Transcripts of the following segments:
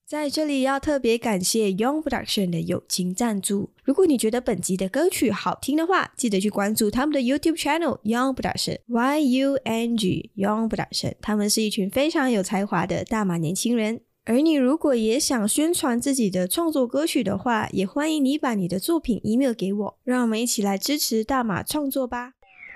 在这里要特别感谢 Young Production 的友情赞助。如果你觉得本集的歌曲好听的话，记得去关注他们的 YouTube Channel Young Production YUNG Young Production， 他们是一群非常有才华的大马年轻人。而你如果也想宣传自己的创作歌曲的话，也欢迎你把你的作品 email 给我，让我们一起来支持大马创作吧。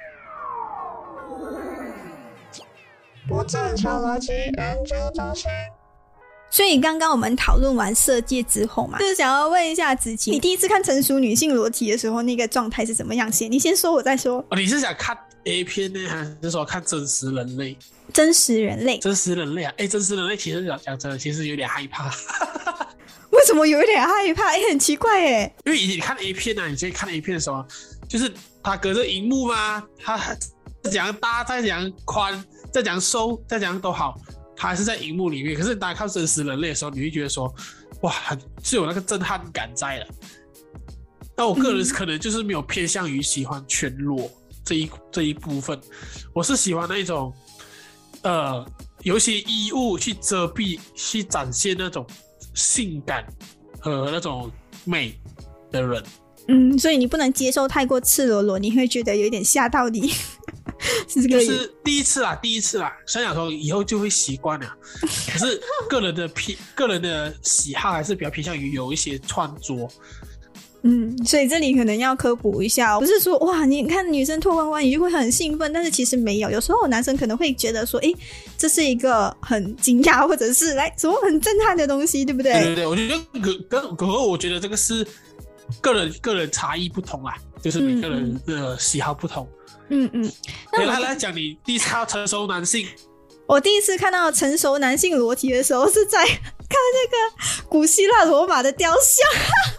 不正常逻辑研究中心。 所以刚刚我们讨论完色戒之后嘛，就是想要问一下子琪，你第一次看成熟女性裸体的时候那个状态是怎么样？你先说我再说。 你是想看 A 片呢，还是说看真实人类？ 真实人类啊！真实人类其实讲真的，其实有点害怕。 为什么有一点害怕？很奇怪耶。 因为你看 A 片啊，你在看 A 片的时候，就是它隔着荧幕嘛，它怎样大，再怎样宽，再怎样瘦，再怎样都好。它还是在荧幕里面，可是当看真实人类的时候，你会觉得说，哇，是有那个震撼感在的。那我个人可能就是没有偏向于喜欢全裸这一部分，我是喜欢那一种，有一些衣物去遮蔽，去展现那种性感和那种美的人。 所以你不能接受太过赤裸裸，你会觉得有点吓到你。是这个意思。 就是第一次啦，想说以后就会习惯了。可是个人的喜好还是比较偏向于有一些穿着。 所以这里可能要科普一下，不是说哇，你看女生脱光光你就会很兴奋，但是其实没有。有时候男生可能会觉得说，这是一个很惊讶，或者是什么很震撼的东西，对不对？ 对对对，我觉得我觉得这个是个人差异不同啦，就是每个人的喜好不同。来讲你第一次看到成熟男性。 我第一次看到成熟男性裸体的时候是在看那个古希腊罗马的雕像。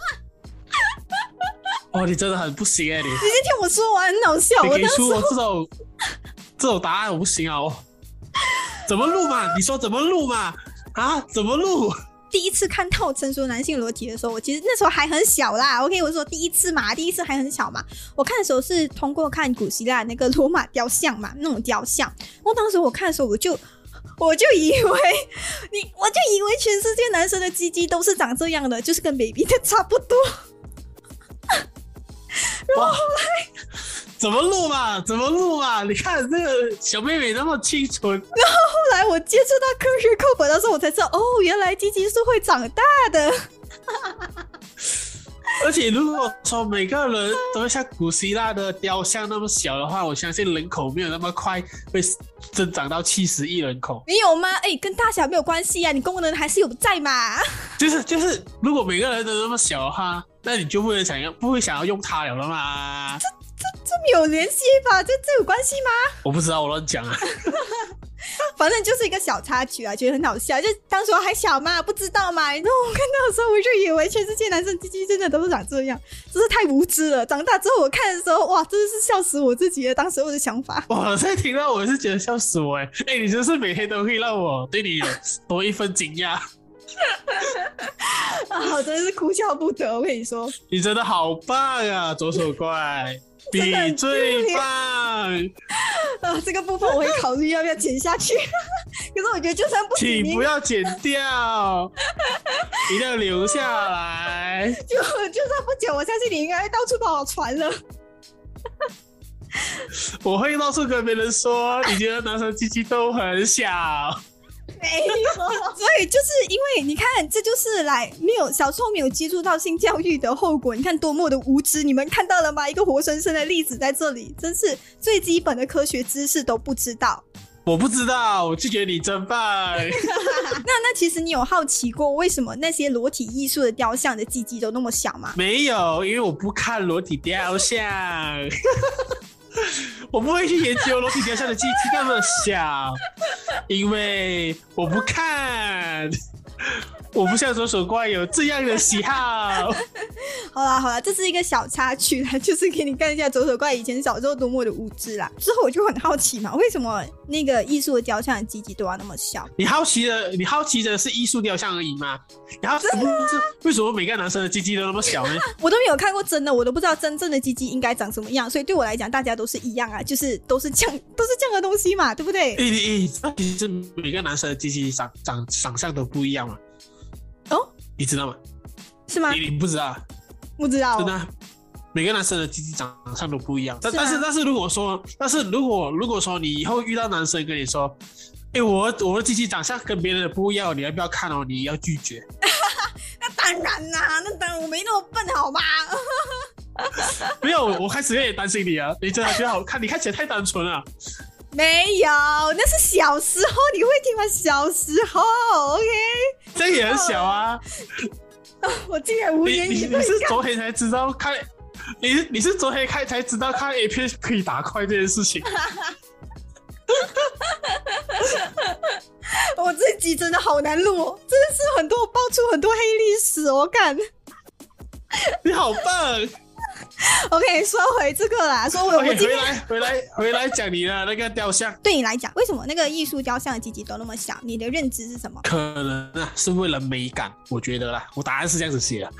你真的很不行你先听我说完，很好笑。 你给出我这种答案我不行啊！怎么录嘛？你说怎么录嘛？怎么录？ 第一次看到成熟男性裸体的时候，我其实那时候还很小啦。OK， 我说第一次还很小嘛。我看的时候是通过看古希腊那个罗马雕像嘛，那种雕像。当时我看的时候，我就以为全世界男生的鸡鸡都是长这样的，就是跟 baby 的差不多。然后后来怎么录嘛？你看这个小妹妹那么清纯。然后后来我接触到科学课本的时候，我才知道原来鸡鸡是会长大的。 而且如果说每个人都会像古希腊的雕像那么小的话，我相信人口没有那么快会增长到70亿人口。 没有吗？跟大小没有关系啊，你功能还是有在嘛。 就是如果每个人都那么小的话，那你就不会想要用它了嘛？ 这没有联系吧？这有关系吗？ 我不知道，我乱讲啊。 反正就是一个小插曲啊，觉得很好笑。就当时我还小嘛，不知道嘛。然后我看到的时候，我就以为全世界男生鸡鸡真的都是长这样，真是太无知了。长大之后我看的时候，哇，真的是笑死我自己了。当时我的想法， 我现在听到我是觉得笑死我你真是每天都可以让我对你有多一份惊讶。 我真的是哭笑不得。我跟你说， 你真的好棒啊，左手怪。比最棒这个部分我会考虑要不要剪下去。可是我觉得就算不剪， 请不要剪掉，一定要留下来。 就算不剪，我相信你应该会到处帮我传了。 我会到处跟别人说，你觉得男生鸡鸡都很小。 没有，所以就是因为你看，这就是小时候没有接触到性教育的后果。你看多么的无知，你们看到了吗？一个活生生的例子在这里，真是最基本的科学知识都不知道。 我不知道，我就觉得你真棒。 那其实你有好奇过为什么那些裸体艺术的雕像的鸡鸡都那么小吗？ 没有，因为我不看裸体雕像。我不会去研究裸体雕像的鸡鸡那么小，因为我不看。我不像左手怪有这样的喜好。 好啦，这是一个小插曲啦，就是给你看一下左手怪以前小时候多么的无知啦。之后我就很好奇嘛，为什么那个艺术的雕像的鸡鸡都要那么小？ 你好奇的是艺术雕像而已吗？然后为什么每个男生的鸡鸡都那么小呢？ 我都没有看过真的，我都不知道真正的鸡鸡应该长什么样，所以对我来讲，大家都是一样啊，就是都是这样的东西嘛，对不对？ 其实每个男生的鸡鸡长相都不一样嘛。 你知道吗？ 是吗？ 你不知道？ 不知道、 真的啊。每个男生的鸡鸡长相都不一样，但是如果说你以后遇到男生跟你说，我的鸡鸡长相跟别人的不一样，你要不要看哦？你要拒绝。 那当然啦，我没那么笨好吗？ 没有，我开始有点担心你啊！你真的觉得好看？你看起来太单纯了。 没有，那是小时候，你会听吗？小时候 ，OK。 这也很小啊。 我竟然无言以对。 你是昨天才知道看？你是昨天才知道看 A 片可以打快这件事情？ 我这集真的好难录哦，真的是爆出很多黑历史哦，我看。 你好棒。 OK， 说回这个啦，说回我今天回来讲你的那个雕像。 对你来讲，为什么那个艺术雕像的鸡鸡都那么小？你的认知是什么？ 可能啊，是为了美感，我觉得啦，我答案是这样子写的。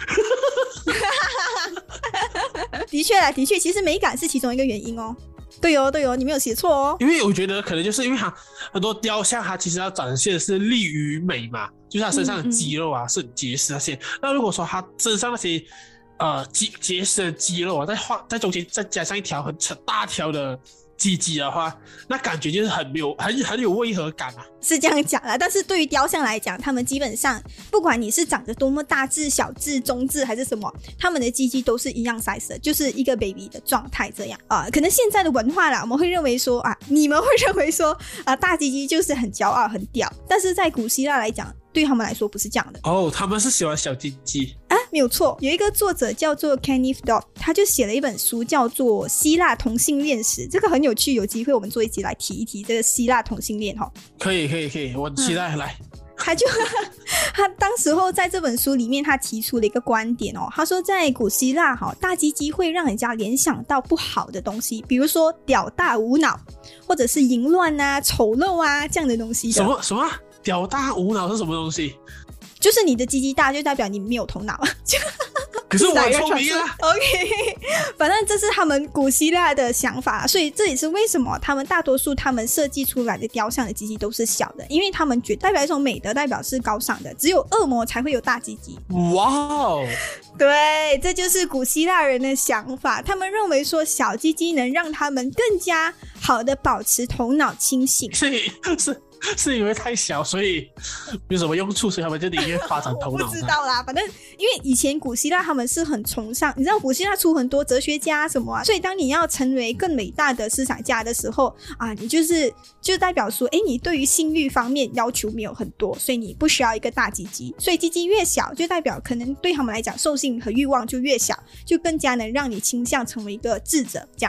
的确啦，其实美感是其中一个原因哦。对哦，你没有写错哦。 因为我觉得可能就是因为它很多雕像，它其实要展现的是力与美嘛，就是它身上的肌肉啊是很结实那些。那如果说它身上那些结实的肌肉啊，在中间再加上一条很大条的鸡鸡的话，那感觉就是很有违和感啊。 是这样讲啦，但是对于雕像来讲，他们基本上不管你是长得多么大只、小只、中只还是什么，他们的鸡鸡都是一样 size 的，就是一个 baby 的状态这样可能现在的文化啦，我们会认为说你们会认为说大鸡鸡就是很骄傲、很屌，但是在古希腊来讲，对他们来说不是这样的哦，他们是喜欢小鸡鸡没有错。有一个作者叫做 Kenneth Dodd， 他就写了一本书叫做《希腊同性恋史》，这个很有趣，有机会我们做一集来提一提这个希腊同性恋可以，我期待来。 他当时候在这本书里面，他提出了一个观点他说在古希腊大鸡鸡会让人家联想到不好的东西，比如说屌大无脑，或者是淫乱啊、丑陋啊这样的东西的。 什么？屌大无脑是什么东西？ 就是你的鸡鸡大就代表你没有头脑。 可是我很聪明啊。 OK， 反正这是他们古希腊的想法，所以这也是为什么他们大多数他们设计出来的雕像的鸡鸡都是小的，因为他们代表一种美德，代表是高尚的，只有恶魔才会有大鸡鸡。 哇哦！ 对，这就是古希腊人的想法，他们认为说小鸡鸡能让他们更加好的保持头脑清醒。 是因为太小，所以没有什么用处，所以他们就宁愿发展头脑。 我不知道啦，反正因为以前古希腊他们是很崇尚，你知道古希腊出很多哲学家什么所以当你要成为更伟大的思想家的时候你就代表说你对于性欲方面要求没有很多，所以你不需要一个大鸡鸡，所以鸡鸡越小就代表可能对他们来讲兽性和欲望就越小，就更加能让你倾向成为一个智者这样。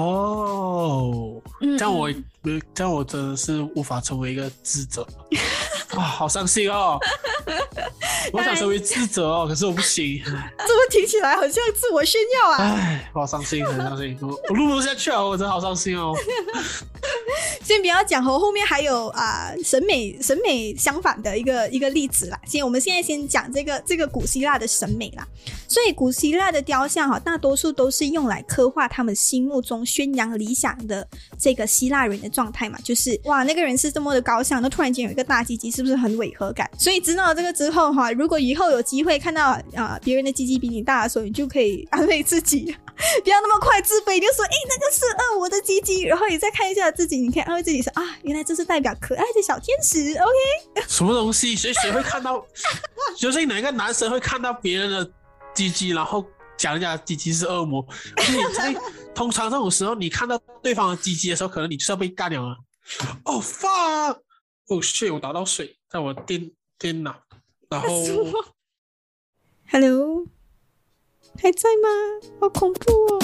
这样我真的是无法成为一个智者好伤心哦。我想成为智者可是我不行。 怎么听起来好像自我炫耀我好伤心，很伤心。我录不下去我真的好伤心哦。 先不要讲后面还有审美相反的一个例子啦。我们现在先讲这个古希腊的审美啦。所以古希腊的雕像大多数都是用来刻画他们心目中宣扬理想的这个希腊人的状态嘛，就是哇那个人是这么的高尚，那突然间有一个大鸡鸡，是不是很违和感？所以知道这个之后如果以后有机会看到别人的鸡鸡比你大的时候，你就可以安慰自己不要那么快自卑，你就说那个是我的鸡鸡，然后你再看一下自己，你可以安慰自己说原来这是代表可爱的小天使。 OK， 什么东西？谁会看到就是哪个男生会看到别人的鸡鸡然后讲人家的鸡鸡是恶魔？通常这种时候你看到对方的鸡鸡的时候，可能你就是要被干了fuck shit， 我打到水在我电脑，然后 Hello， 还在吗？好恐怖哦。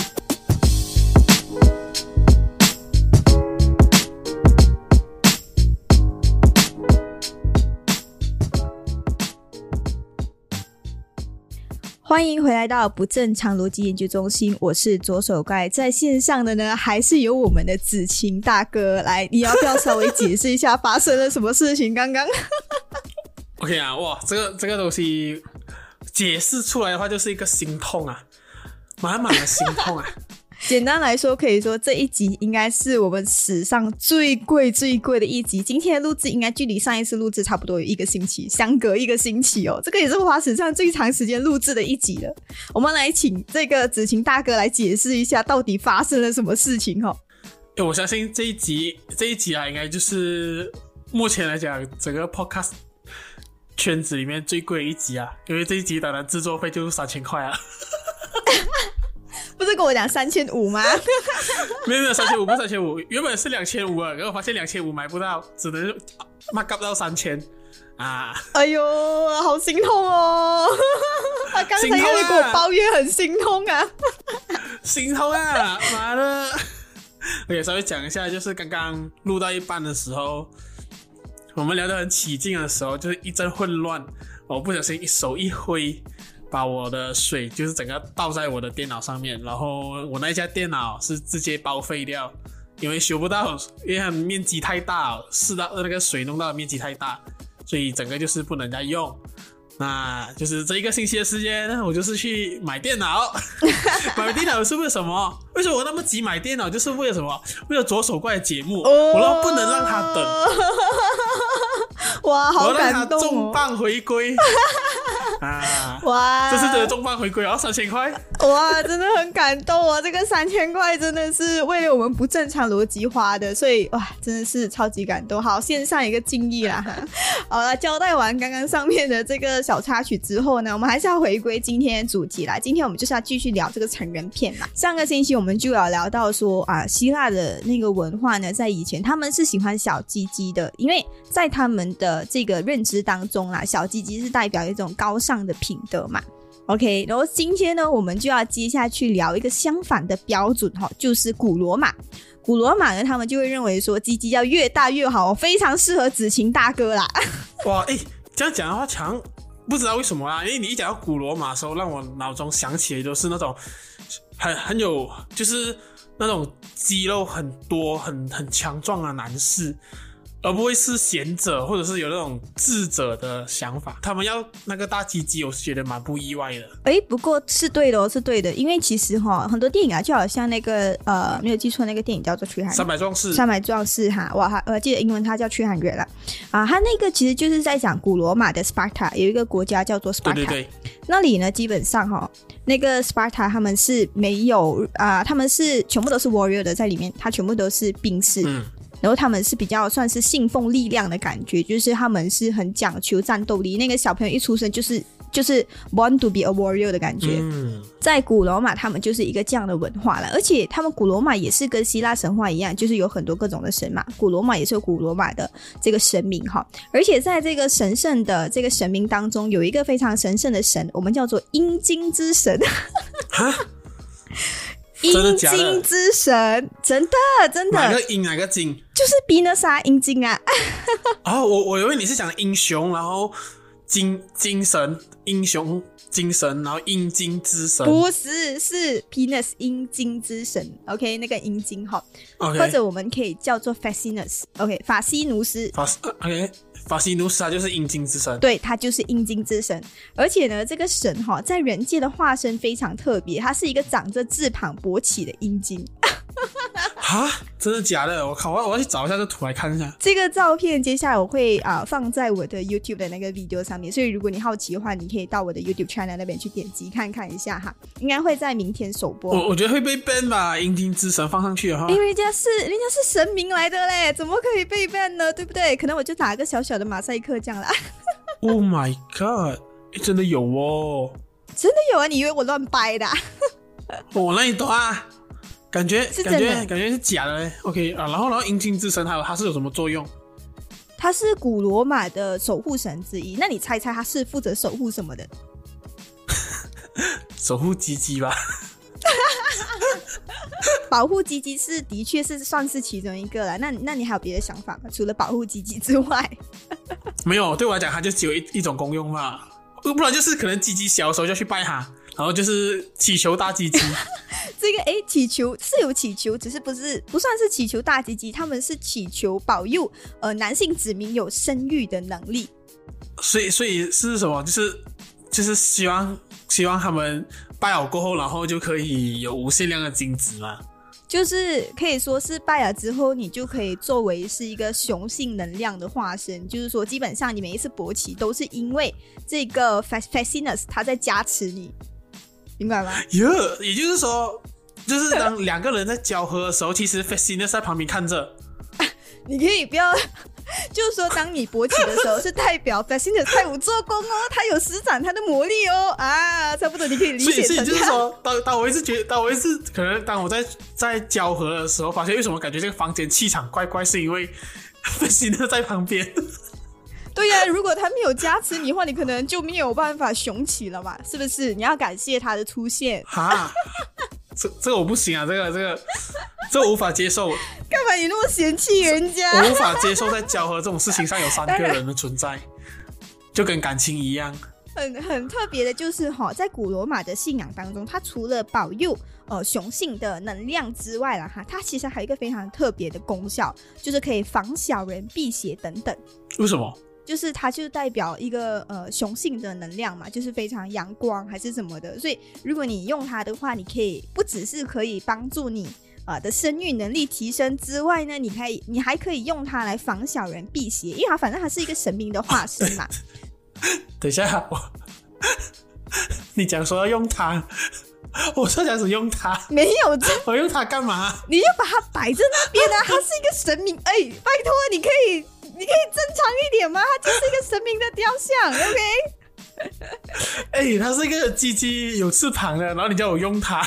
欢迎回来到不正常逻辑研究中心，我是左手怪，在线上的呢还是有我们的子晴大哥。来，你要不要稍微解释一下发生了什么事情刚刚 ？OK 哇，这个东西解释出来的话就是一个心痛满满的心痛简单来说，可以说这一集应该是我们史上最贵的一集。今天的录制应该距离上一次录制差不多有1个星期，相隔1个星期哦。这个也是花史上最长时间录制的一集了。我们来请这个子晴大哥来解释一下，到底发生了什么事情哦。 我相信这一集啊，应该就是目前来讲整个 podcast 圈子里面最贵的一集啊，因为这一集当然制作费就是3000块啊。 不是跟我讲3500吗？ 没有3500，不是3500，原本是2500啊，然后我发现2500买不到，只能 mark up 到3000啊。哎呦，好心痛哦！他刚才又给我抱怨，很心痛啊， 心痛啊，妈的！OK， 稍微讲一下，就是刚刚录到一半的时候，我们聊得很起劲的时候，就是一阵混乱，我不小心一手一挥，把我的水就是整个倒在我的电脑上面，然后我那一家电脑是直接报废掉，因为修不到，因为它面积太大，那个水弄到的面积太大，所以整个就是不能再用。那就是这1个星期的时间，我就是去买电脑。买电脑是为了什么？为什么我那么急买电脑？就是为了什么？为了左手怪的节目，我不能让他等。 哇，好感动哦！ 我让他重磅回归。啊！ 哇， 这是真的重磅回归啊！3000块， 哇，真的很感动啊！这个3000块真的是为了我们不正常逻辑花的，所以哇，真的是超级感动。好，献上一个敬意啦。好了，交代完刚刚上面的这个小插曲之后呢，我们还是要回归今天的主题啦。今天我们就是要继续聊这个成人片嘛。上个星期我们就有聊到说啊，希腊的那个文化呢，在以前他们是喜欢小鸡鸡的，因为在他们的这个认知当中啦，小鸡鸡是代表一种高尚的品德嘛。OK， 然后今天呢，我们就要接下去聊一个相反的标准就是古罗马。古罗马呢，他们就会认为说鸡鸡要越大越好，非常适合子晴大哥啦。 哇，这样讲的话，强不知道为什么啦，因为你一讲到古罗马的时候，让我脑中想起的都是那种很有，就是那种肌肉很多、很强壮的男士。而不会是贤者或者是有那种智者的想法，他们要那个大鸡鸡，我是觉得蛮不意外的。 不过是对的哦，是对的，因为其实很多电影啊，就好像那个没有记错，那个电影叫做《驱寒》 300壮士。 300壮士哈，我记得英文它叫《驱寒月》了啊。它那个其实就是在讲古罗马的 Sparta 有一个国家叫做 Sparta， 对， 那里呢基本上那个 Sparta 他们是没有他们是全部都是 warrior 的在里面，他全部都是兵士。然后他们是比较算是信奉力量的感觉，就是他们是很讲求战斗力，那个小朋友一出生就是 born to be a warrior 的感觉。在古罗马他们就是一个这样的文化了，而且他们古罗马也是跟希腊神话一样，就是有很多各种的神嘛，古罗马也是有古罗马的这个神明而且在这个神圣的这个神明当中，有一个非常神圣的神，我们叫做阴茎之神。阴茎之神，真的哪个阴哪个茎？ 就是比那啥阴茎啊。 我以为你是讲英雄，然后精神英雄精神，然后阴茎之神。 不是，是 penis 阴茎之神。OK， 那个阴茎 OK， 或者我们可以叫做 Fascinus。OK， 法西努斯。 OK， 法西努斯他就是阴茎之神。 对，他就是阴茎之神。而且呢，这个神在人界的化身非常特别，他是一个长着翅膀勃起的阴茎。 哈，真的假的？我靠，我要去找一下这图来看一下。 这个照片接下来我会放在我的 YouTube 的那个 video 上面，所以如果你好奇的话，你可以到我的 YouTube channel 那边去点击看看一下哈，应该会在明天首播。 我觉得会被 ban 吧，阴茎之神放上去哈， 因为人家是神明来的嘞，怎么可以被 ban 呢？对不对？可能我就打个小小的马赛克这样啦。 Oh my god，真的有哦， 真的有啊？你以为我乱掰的我那你懂啊？感觉是真的， 感觉是假的嘞。OK 然后阴茎之神它是有什么作用？ 它是古罗马的守护神之一。那你猜猜它是负责守护什么的？ 守护鸡鸡吧。 保护鸡鸡是的确是算是其中一个啦。那你还有别的想法吗？除了保护鸡鸡之外？ 没有，对我来讲它就只有一种功用吧，不然就是可能鸡鸡小的时候就去拜它，然后就是祈求大鸡鸡。 这个祈求是有祈求，只是不算是祈求大鸡鸡，他们是祈求保佑男性子民有生育的能力。所以是什么？就是希望他们拜了过后，然后就可以有无限量的金子嘛。 就是可以说是拜了之后，你就可以作为是一个雄性能量的化身。就是说，基本上你每一次勃起都是因为这个 Fascinus 它在加持你，明白吗？ 也就是说，就是当两个人在交合的时候，其实 Fascinus 在旁边看着。 你可以不要，就是说，当你勃起的时候，是代表 Fascinus 他有做工哦，他有施展他的魔力哦，啊，差不多你可以理解成这样。 所以就是说，当我一直可能当我在交合的时候，发现为什么感觉这个房间气场怪怪，是因为 Fascinus 在旁边。 对呀、如果他没有加持你的话，你可能就没有办法雄起了嘛，是不是？你要感谢他的出现。 哈，这个我不行啊，这个我无法接受。 干嘛你那么嫌弃人家？ 我无法接受在交合这种事情上有3个人的存在，就跟感情一样。 很特别的就是在古罗马的信仰当中，它除了保佑雄性的能量之外啦哈，它其实还有一个非常特别的功效，就是可以防小人、辟邪等等。 为什么？ 就是它就代表一个雄性的能量嘛，就是非常阳光还是什么的，所以如果你用它的话，你可以不只是可以帮助你的生育能力提升之外呢，你还可以用它来防小人、辟邪，因为它反正它是一个神明的化身嘛。 等一下，你讲说要用它，我说讲是用它， 没有我用它干嘛？ 你就把它摆在那边啊，它是一个神明，哎，拜托你可以正常一点吗？它就是一个神明的雕像 ，OK？ 哎，它是一个鸡鸡有翅膀的，然后你叫我用它。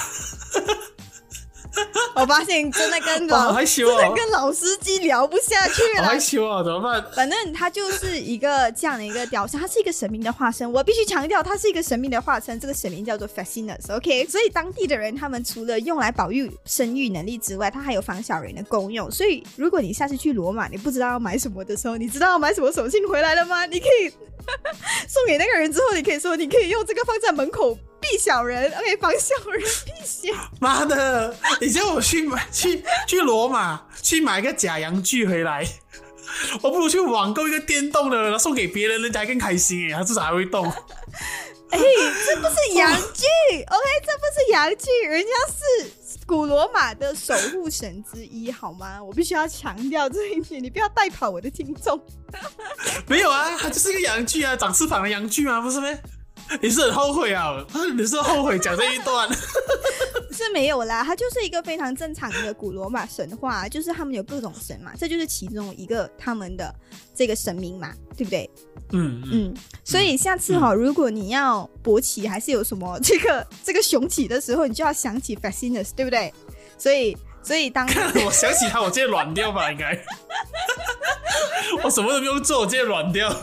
我发现真的跟好害羞哦， 真的跟老司机聊不下去了， 好害羞哦，怎么办？ 反正它就是一个这样的一个雕像，它是一个神明的化身。我必须强调，它是一个神明的化身。这个神明叫做 Fascinus，OK？ 所以当地的人他们除了用来保育生育能力之外，它还有防小人的功用。所以如果你下次去罗马，你不知道要买什么的时候，你知道要买什么手信回来了吗？你可以送给那个人之后，你可以说，你可以用这个放在门口。避小人 ，OK， 防小人避邪。 妈的，你叫我去罗马去买一个假洋具回来，我不如去网购一个电动的，然后送给别人，人家还更开心耶，他至少还会动。 哎，这不是洋具 ，OK， 这不是洋具，人家是古罗马的守护神之一，好吗？我必须要强调这一点，你不要带跑我的听众。 没有啊，它就是一个洋具啊，长翅膀的洋具嘛，不是咩？你是很后悔啊？你是后悔讲这一段？ 是没有啦，它就是一个非常正常的古罗马神话，就是他们有各种神嘛，这就是其中一个他们的这个神明嘛，对不对？所以下次如果你要勃起还是有什么这个雄起的时候，你就要想起 Fascinus， 对不对？所以当我想起他，我直接软掉吧，应该。我什么都不用做，我直接软掉。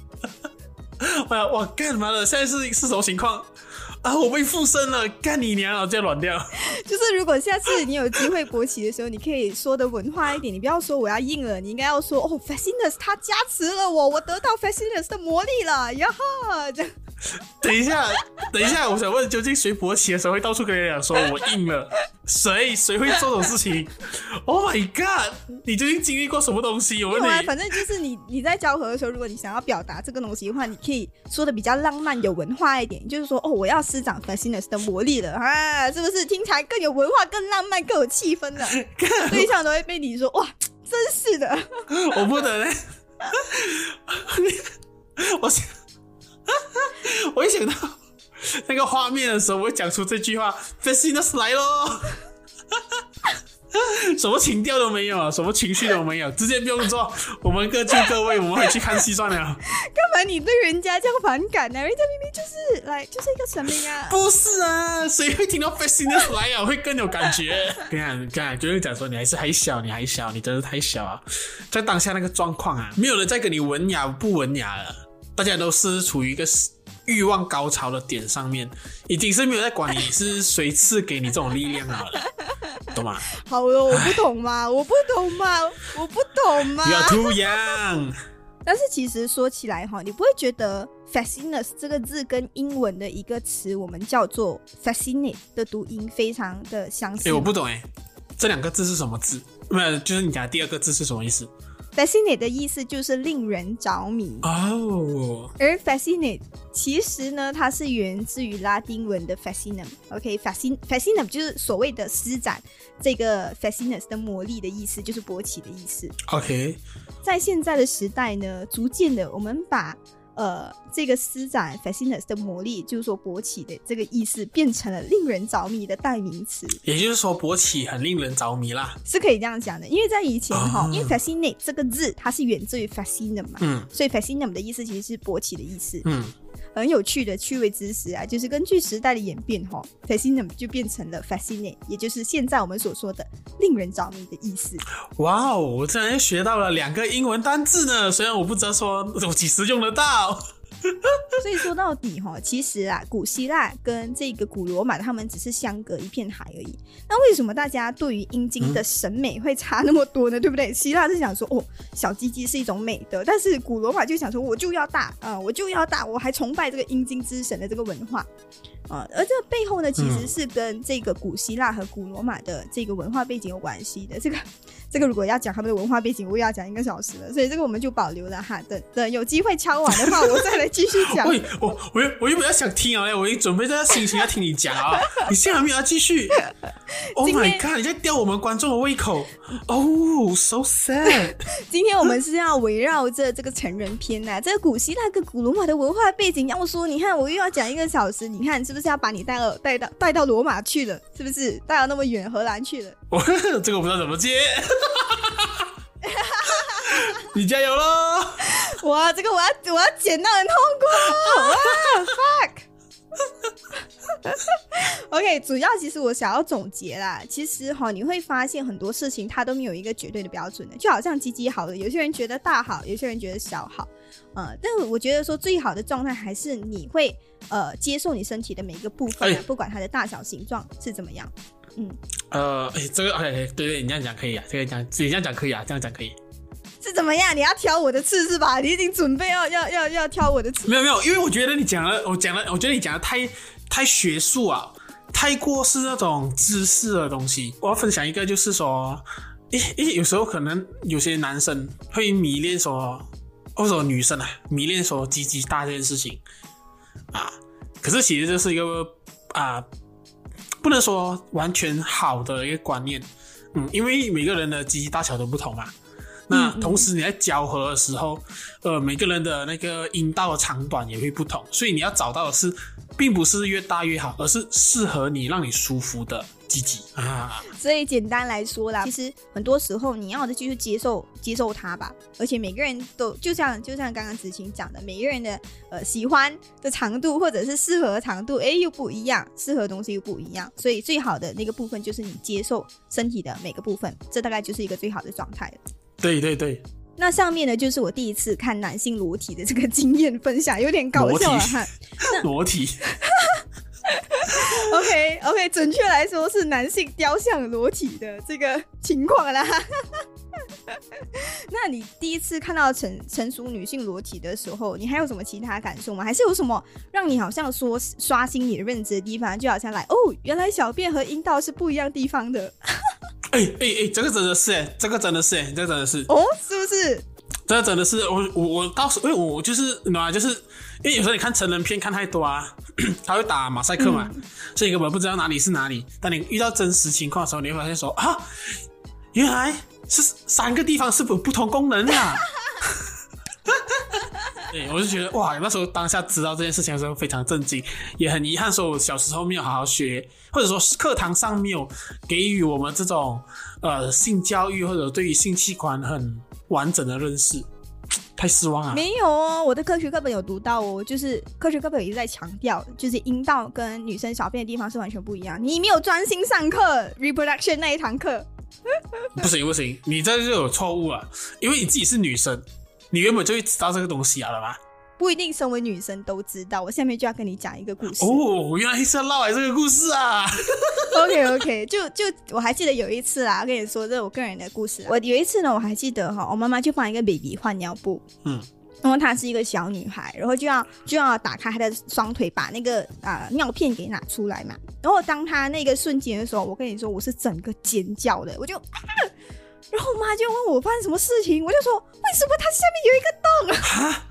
哇，干嘛了？现在是什么情况啊？我被附身了，干你娘！我直接软掉。 就是如果下次你有机会勃起的时候，你可以说的文化一点，你不要说我要硬了，你应该要说哦 ，Fascinus 他加持了我得到 Fascinus 的魔力了呀哈！这样。 等一下，我想问，究竟谁勃起的时候会到处跟人讲说我硬了？谁会做这种事情 ？Oh my god！ 你究竟经历过什么东西？我问你， 反正就是你在交合的时候，如果你想要表达这个东西的话，你可以说的比较浪漫、有文化一点，就是说哦，我要施展 Fascinus 的魔力了啊，是不是听起来更有文化、更浪漫、更有气氛了？对象都会被你说哇，真是的， 我不能嘞，我一想到那个画面的时候，我会讲出这句话 ：“Fascinus 来咯！”什么情调都没有，什么情绪都没有，直接不用做。我们各就各位，我们回去看戏算了。 干嘛你对人家这样反感呢？人家明明就是一个神明啊！ 不是啊，谁会听到 Fascinus 来啊？会更有感觉。跟就是讲说，你还小，你真的太小啊！在当下那个状况啊，没有人在跟你文雅不文雅了，大家都是处于一个欲望高潮的点上面，已经是没有在管你是谁赐给你这种力量好了，懂吗？ 好了，我不懂嘛。You are too young。 但是其实说起来你不会觉得 Fascinus 这个字跟英文的一个词我们叫做 fascinate 的读音非常的相似？ 我不懂这两个字是什么字？没有，就是你讲的第二个字是什么意思？ fascinate 的意思就是令人着迷哦， 而 fascinate 其实呢，它是源自于拉丁文的 fascinum。OK，fascinum 就是所谓的施展这个 fascinus 的魔力的意思，就是勃起的意思。 OK， 在现在的时代呢，逐渐的我们把这个施展 fascinus 的魔力，就是说勃起的这个意思，变成了令人着迷的代名词。 也就是说勃起很令人着迷啦， 是可以这样讲的。因为在以前因为 fascinate 这个字它是源自于 fascinum 嘛，所以 fascinum 的意思其实是勃起的意思。很有趣的趣味知识啊，就是根据时代的演变fascinum 就变成了 fascinate， 也就是现在我们所说的令人着迷的意思。 哇哦，我竟然学到了2个英文单字呢，虽然我不知道说我几时用得到。 所以说到底其实啊，古希腊跟这个古罗马他们只是相隔一片海而已。那为什么大家对于阴茎的审美会差那么多呢？对不对？希腊是想说小鸡鸡是一种美德，但是古罗马就想说我就要大我就要大，我还崇拜这个阴茎之神的这个文化。而这个背后呢，其实是跟这个古希腊和古罗马的这个文化背景有关系的。这个如果要讲他们的文化背景，我又要讲1个小时了，所以这个我们就保留了哈。等有机会敲完的话，我再来继续讲。 喂，我原本要想听啊，我已经准备这个心情要听你讲啊，你现在还没有要继续？Oh my god！ 你在吊我们观众的胃口，so sad。 今天我们是要围绕着这个成人篇呐，这个古希腊跟古罗马的文化背景要说，你看我又要讲1个小时，你看是不是要把你带到罗马去了？是不是带到那么远荷兰去了？ 这个我不知道怎么接。你加油咯！ 哇，这个我要剪到很痛苦。哇 fuck！ OK， 主要其实我想要总结啦，其实你会发现很多事情它都没有一个绝对的标准的，就好像鸡鸡好了，有些人觉得大好，有些人觉得小好。但我觉得说最好的状态还是你会接受你身体的每一个部分不管它的大小形状是怎么样。 这个对，你这样讲可以啊，你这样讲可以啊，这样讲可以。 是怎么样？你要挑我的刺是吧？你已经准备要挑我的刺？ 没有，因为我觉得你讲了，我觉得你讲的太学术啊，太过是那种知识的东西。我要分享一个，就是说，有时候可能有些男生会迷恋说，或者女生迷恋说鸡鸡大这件事情啊，可是其实这是一个不能说完全好的一个观念，因为每个人的鸡鸡大小都不同嘛。那同时你在交合的时候，每个人的那个阴道的长短也会不同，所以你要找到的是，并不是越大越好，而是适合你、让你舒服的鸡鸡啊。 所以简单来说啦，其实很多时候你要的就是接受它吧。而且每个人都就像刚刚子晴讲的，每个人的喜欢的长度或者是适合的长度，又不一样，适合的东西又不一样。所以最好的那个部分就是你接受身体的每个部分，这大概就是一个最好的状态了。 对。 那上面呢，就是我第一次看男性裸体的这个经验分享，有点搞笑哈。 裸体。 OK， 准确来说是男性雕像裸体的这个情况啦。那你第一次看到成熟女性裸体的时候，你还有什么其他感受吗？还是有什么让你好像说刷新你的认知的地方？就好像原来小便和阴道是不一样地方的。 这个真的是这个真的是是不是？ 这个真的是我当时因为我就是因为有时候你看成人片看太多啊，他会打马赛克嘛，所以你根本不知道哪里是哪里。当你遇到真实情况的时候，你会发现说原来是3个地方是有不同功能的啊。对，我就觉得哇，那时候当下知道这件事情的时候非常震惊，也很遗憾说我小时候没有好好学，或者说课堂上没有给予我们这种性教育或者对于性器官很完整的认识，太失望了。 没有我的科学课本有读到就是科学课本一直在强调，就是阴道跟女生小便的地方是完全不一样。你没有专心上课 reproduction 那一堂课。 不行，你这就有错误了，因为你自己是女生，你原本就会知道这个东西了吧？ 不一定身为女生都知道。我下面就要跟你讲一个故事。 原来是要唠来这个故事啊。 OK， 就我还记得有一次啦，我跟你说这是我个人的故事。我有一次呢，我还记得我妈妈就帮一个 baby 换尿布，然后她是一个小女孩，然后就要打开她的双腿，把那个尿片给拿出来嘛。然后当她那个瞬间的时候，我跟你说我是整个尖叫的，我就然后我妈就问我发生什么事情，我就说为什么它下面有一个洞？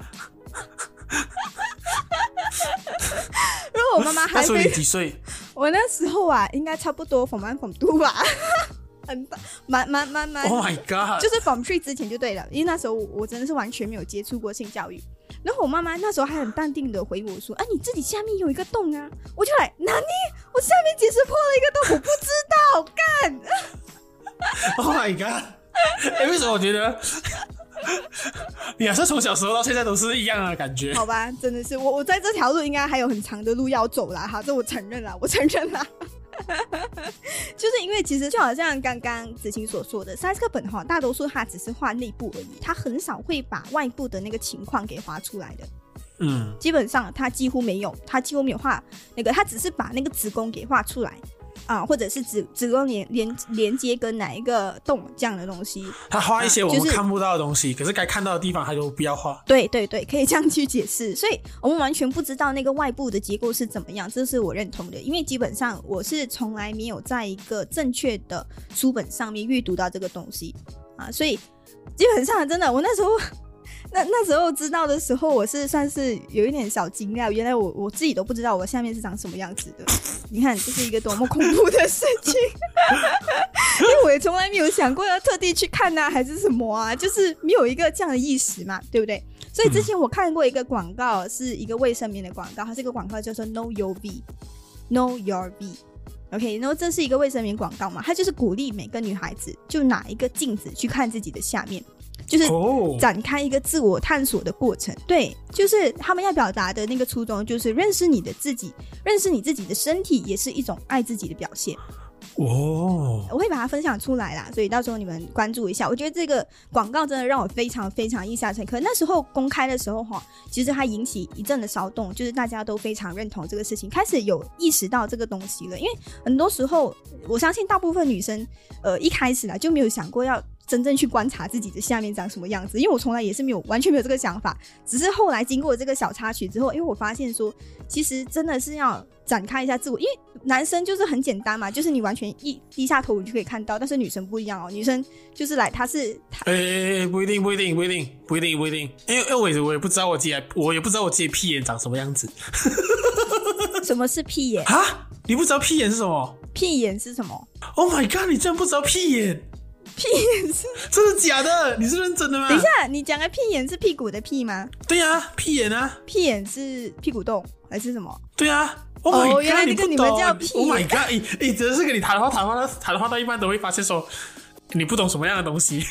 然后我妈妈还那时候你几岁？ 我那时候啊，应该差不多Form 1 Form 2吧，很大，蛮 Oh my god！ 就是 Form 3之前就对了，因为那时候我真的是完全没有接触过性教育。然后我妈妈那时候还很淡定的回我说：“啊，你自己下面有一个洞啊！”我就来，哪里？我下面其实破了一个洞，我不知道，干。 Oh my god！ 为什么我觉得你好像从小时候到现在都是一样的感觉？ 好吧，真的是我在这条路应该还有很长的路要走啦，哈，这我承认啦，我承认啦。就是因为其实就好像刚刚子晴所说的，size课本哈，大多数它只是画内部而已，它很少会把外部的那个情况给画出来的。基本上它几乎没有画那个，它只是把那个子宫给画出来。或者是子宫连接跟哪一个洞这样的东西， 他画一些我们看不到的东西，可是该看到的地方他就不要画。 对对对，可以这样去解释。所以我们完全不知道那个外部的结构是怎么样，这是我认同的。因为基本上我是从来没有在一个正确的书本上面阅读到这个东西所以基本上真的我那时候那时候知道的时候，我是算是有一点小惊讶，原来我自己都不知道我下面是长什么样子的。你看，这是一个多么恐怖的事情，因为我也从来没有想过要特地去看还是什么啊，就是没有一个这样的意识嘛，对不对？所以之前我看过一个广告，是一个卫生棉的广告，它这个广告叫做 Know Your V，Know Your V。OK， 然后这是一个卫生棉广告嘛，它就是鼓励每个女孩子就拿一个镜子去看自己的下面，就是展开一个自我探索的过程。对，就是他们要表达的那个初衷，就是认识你自己的身体，也是一种爱自己的表现。我会把它分享出来啦，所以到时候你们关注一下。我觉得这个广告真的让我非常非常印象深刻。那时候公开的时候其实它引起一阵的骚动，就是大家都非常认同这个事情，开始有意识到这个东西了。因为很多时候我相信大部分女生一开始就没有想过要真正去观察自己的下面长什么样子，因为我从来也是完全没有这个想法，只是后来经过这个小插曲之后，因为我发现说其实真的是要展开一下自我，因为男生就是很简单嘛，就是你完全一低下头你就可以看到，但是女生不一样女生就是不一定，因为我也不知道我自己屁眼长什么样子。 什么是屁眼啊？你不知道屁眼是什么？ 屁眼是什么 ？Oh my god！ 你居然不知道屁眼？ 屁眼是真的假的？你是认真的吗？ 等一下，你讲的屁眼是屁股的屁吗？ 对啊，屁眼啊。 屁眼是屁股洞还是什么？ 对啊。Oh my god！ 原来这个你们叫屁眼。 Oh my god！ 真的是跟你谈话到一半都会发现说你不懂什么样的东西。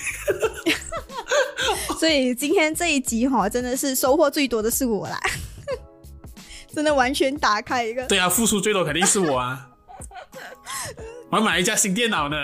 所以今天这一集真的是收获最多的是我啦。真的完全打开一个。 对啊，付出最多肯定是我啊。我要买一架新电脑呢。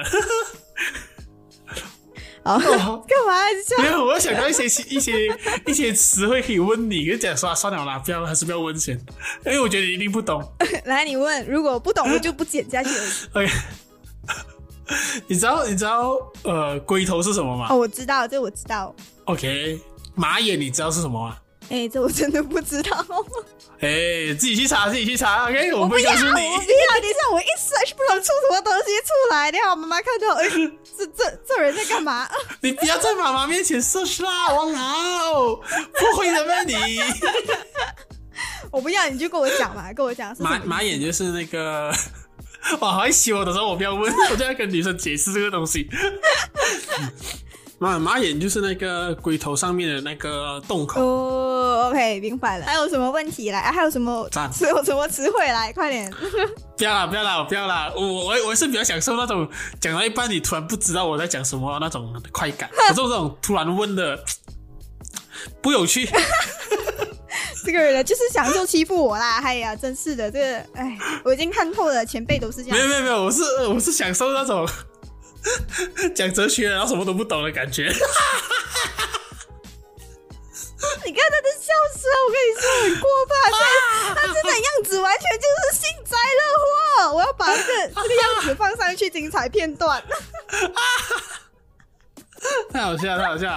干嘛没有，我想到一些词汇可以问你，跟讲说算了啦，还是不要问先，因为我觉得你一定不懂。 来，你问，如果不懂我就不剪下去而已。 OK， 你知道龟头是什么吗？ 我知道，这我知道。 OK， 马眼你知道是什么吗？ 这我真的不知道。 自己去查 OK， 我不要， 告诉你。 我不要，等一下我一 search 不能出什么东西出来，等一下我妈妈看到这人在干嘛？ 你不要在妈妈面前 search 啦，王老不会的吗你？ 我不要，你就跟我讲嘛，跟我讲。 马眼就是那个，哇，好羞我的时候我不要问，我就要跟女生解释这个东西。马眼就是那个龟头上面的那个洞口。 OK， 明白了。还有什么问题来？还有什么词汇来？快点！ 不要啦！我是比较享受那种讲到一半你突然不知道我在讲什么那种快感。我这种突然问的不有趣。 这个人就是享受欺负我啦！哎呀，真是的，这个我已经看透了，前辈都是这样。 没有，我是享受那种讲哲学然后什么都不懂的感觉。 你看他的笑声，我跟你说很过分。他这个样子完全就是幸灾乐祸。我要把这个样子放上去精彩片段。 太好笑了。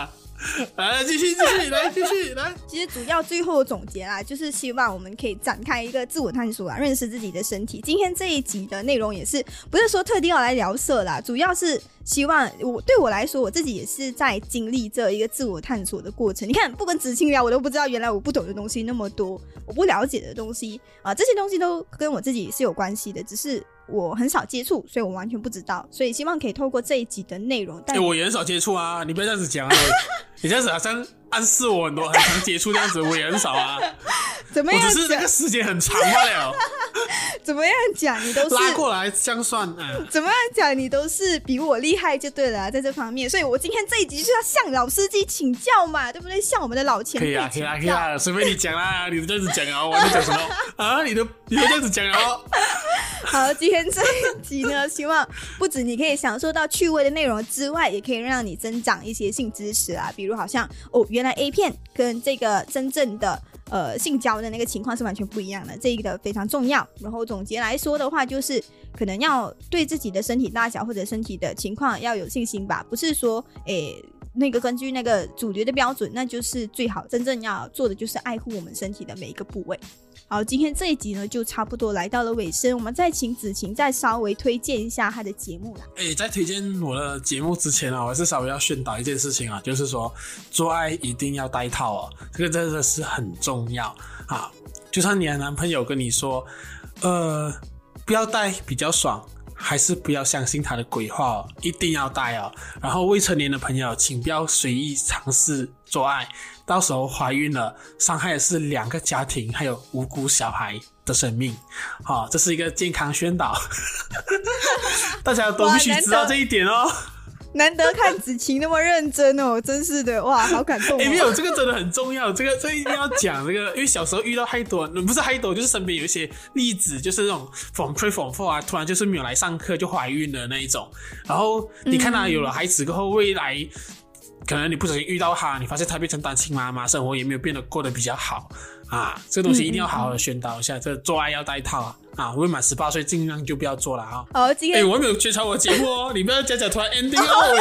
继续来。 其实主要最后总结啦，就是希望我们可以展开一个自我探索啦，认识自己的身体。今天这一集的内容也是不是说特地要来聊色啦，主要是希望对我来说，我自己也是在经历这一个自我探索的过程。你看，不跟子清聊，我都不知道原来我不懂的东西那么多，我不了解的东西这些东西都跟我自己是有关系的，只是我很少接触，所以我完全不知道。所以希望可以透过这一集的内容， 我也很少接触啊，你不要这样子讲啊，你这样子好像暗示我很常接触这样子，我也很少啊。 怎么样？ 我只是那个时间很长罢了。 怎么样讲你都是拉过来这样算怎么样讲你都是比我厉害就对了在这方面。所以我今天这一集就是要向老司机请教嘛，对不对？向我们的老前辈请教。 可以啊，随便你讲啦，你这样子讲啊，我在讲什么啊？你都这样子讲啊。 好，今天这一集呢，希望不止你可以享受到趣味的内容之外，也可以让你增长一些性知识啊，比如好像原来 A 片跟这个真正的性交的那个情况是完全不一样的，这个非常重要。然后总结来说的话，就是可能要对自己的身体大小或者身体的情况要有信心吧，不是说那个根据那个主流的标准那就是最好，真正要做的就是爱护我们身体的每一个部位。好，今天这一集呢就差不多来到了尾声，我们再请子晴再稍微推荐一下他的节目啦。 在推荐我的节目之前我还是稍微要宣导一件事情啊，就是说做爱一定要戴套这个真的是很重要啊。就算你的男朋友跟你说不要戴比较爽，还是不要相信他的鬼话一定要戴然后未成年的朋友请不要随意尝试做爱，到时候怀孕了，伤害的是2个家庭还有无辜小孩的生命这是一个健康宣导大家都必须知道这一点难得看子晴那么认真真是的，哇，好感动没有，这个真的很重要，这一定要讲这个，因为小时候遇到太多，不是太多，就是身边有一些例子，就是那种 Form 3 Form 4突然就是没有来上课就怀孕的那一种，然后你看他有了孩子过后，未来可能你不小心遇到他，你发现他变成单亲妈妈，生活也没有变得过得比较好这个东西一定要好好的宣导一下，这做爱要戴套未满18岁尽量就不要做了好，今天我没有宣传我节目你不要讲突然 ending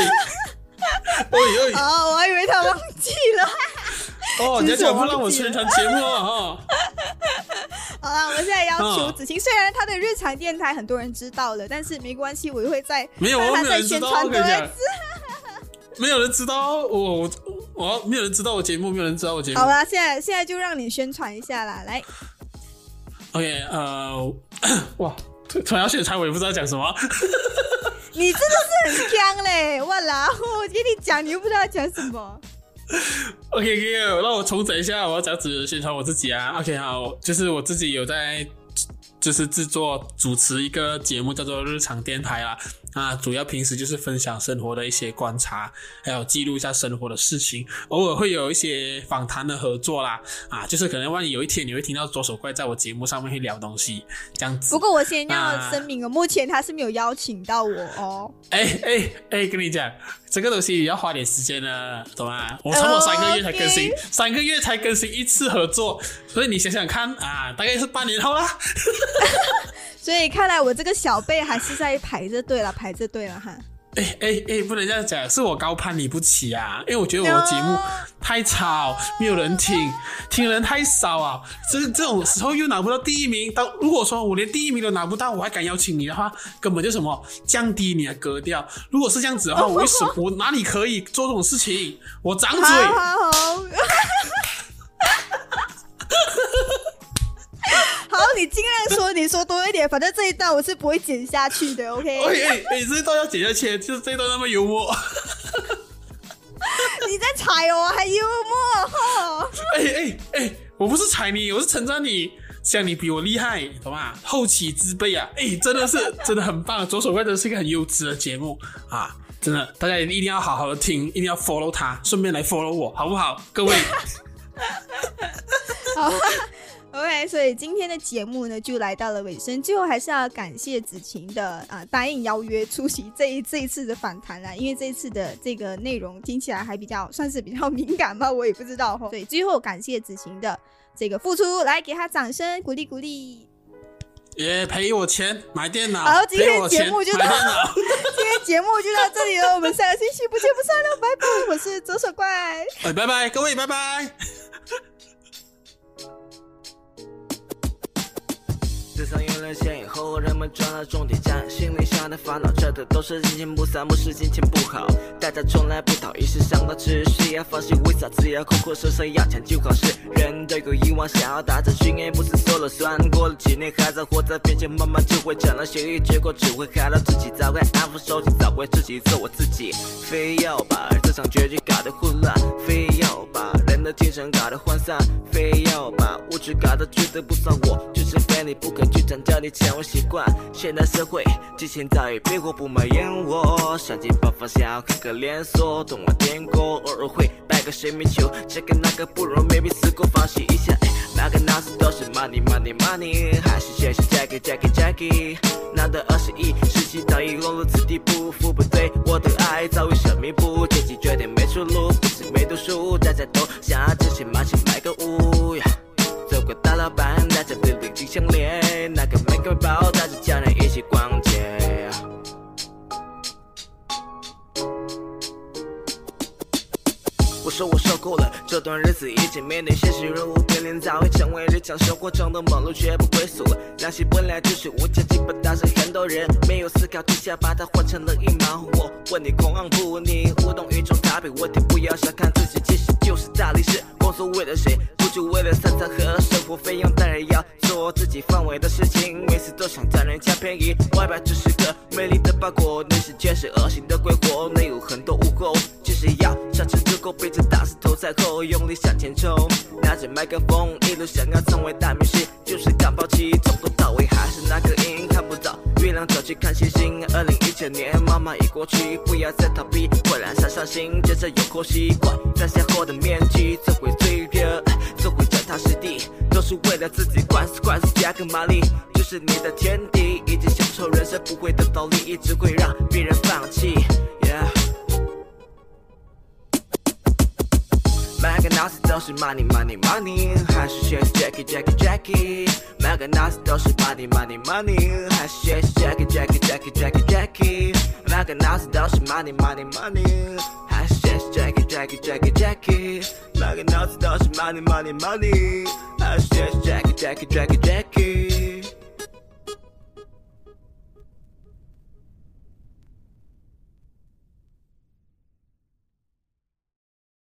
我还以为他忘记了讲不让我宣传节目好啦，我们现在要求子晴，虽然他的日常电台很多人知道了，但是没关系，我会在没有人知道，我跟你讲没有人知道没有人知道我节目，没有人知道我节目。 好啦，现在就让你宣传一下啦，来。 OK， 哇，突然要宣传，我也不知道讲什么。 你真的是很强嘞！哇啦，我跟你讲，你又不知道讲什么。 OK， 让我重整一下，我要讲只宣传我自己啊。OK， 好，就是我自己有在，就是制作主持一个节目，叫做日常电台啦。主要平时就是分享生活的一些观察，还有记录一下生活的事情，偶尔会有一些访谈的合作啦，就是可能万一有一天你会听到左手怪在我节目上面会聊东西这样子。 不过我先要声明目前他是没有邀请到我跟你讲，这个东西要花点时间的，懂吗？我差不多3个月才更新，3个月才更新一次合作，所以你想想看大概是半年后啦。 所以看来我这个小辈还是在排着队了哈。 不能这样讲，是我高攀你不起因为我觉得我的节目太吵，没有人听人太少这种时候又拿不到第1名，如果说我连第1名都拿不到，我还敢邀请你的话，根本就什么降低你的格调。如果是这样子的话，我哪里可以做这种事情？我张嘴。好好，你尽量说，你说多一点，反正这一段我是不会剪下去的 ，OK？ 这一段要剪下去，就是这一段那么幽默。 你在踩我还幽默我不是踩你，我是称赞你，像你比我厉害，懂吗？后起之辈真的很棒，左手怪真的是一个很优质的节目真的，大家一定要好好的听，一定要 follow 他，顺便来 follow 我，好不好？各位。 好OK， 所以今天的节目呢就来到了尾声，最后还是要感谢子晴的答应邀约出席这一次的访谈啦，因为这一次的这个内容听起来还算是比较敏感吧，我也不知道所以最后感谢子晴的这个付出，来给他掌声鼓励鼓励。 也赔我钱买电脑， 好，今天赔我钱节目就到买电脑。 今天节目就到这里了，我们下个星期不见不散了，拜拜！我是左手怪， 拜拜，各位拜拜。 自从有了线以后，人们抓到终点站，心里想的烦恼，这的都是人情不散，不是心情不好。大家从来不讨一时想到只需要放弃，为啥只要口口声声要抢就好事？人都有欲望想要达成，心也不是说了算。过了几年还在活在边界，慢慢就会成了协议，结果只会害到自己，早该安抚手机，早会自己做我自己。非要把这场结局搞得混乱，非要把人的精神搞得涣散，非要把物质搞得觉得不算我，就是非你不可。去讲教你前卫习惯，现代社会激情早已逼我不埋怨我，想尽办法想要开个连锁，动画电锅偶尔会摆个水蜜球，这个那个不容 maybe 思过放弃一下，那个那时都是 money money money， 还是谢谢 Jackie Jackie Jackie， 难得20亿，时期早已落入此地步，父不对我的爱早已神秘不，阶级决定没出路，不是没读书，大家都想要这些马戏买个屋呀。走过大老板，大家的领巾项链，那个没个包，带着家人一起逛街。我说我受够了，这段日子已经面对现实人物变脸，早已成为日常生活中的忙碌，绝不归宿。良心本来就是无价，基本大是很多人没有思考之下，把它换成了一毛。我问你恐怖，你无动于衷，答辩问题，不要小看自己，其实就是大力士。工作为了谁？就为了三餐和生活费用，当然要做自己范围的事情，每次都想占人家便宜，外表只是个美丽的包裹，内心却是恶心的鬼火，内有很多污垢，就是要上车足够背着大石头在后，用力向前冲，拿着麦克风一路想要成为大明星，就是敢抛弃，从头到尾还是那个音，看不到月亮就去看星星。2019年妈妈已过去，不要再逃避，会染上伤心，接着有口习惯摘下后的面具，这回最热，这回脚踏实地，都是为了自己，快速加个马力，就是你的天敌，已经享受人生不会得到利益，只会让别人放弃。每个脑子都是 money money money， 还是学 Jackie Jackie Jackie， 每个脑子都是 money money money， 还是学 Jackie Jackie Jackie Jackie Jackie， 每个脑子都是 money money money， 还是学 Jackie Jackie Jackie Jackie， 每个脑子都是 money money money， 还是学 Jackie Jackie Jackie Jackie。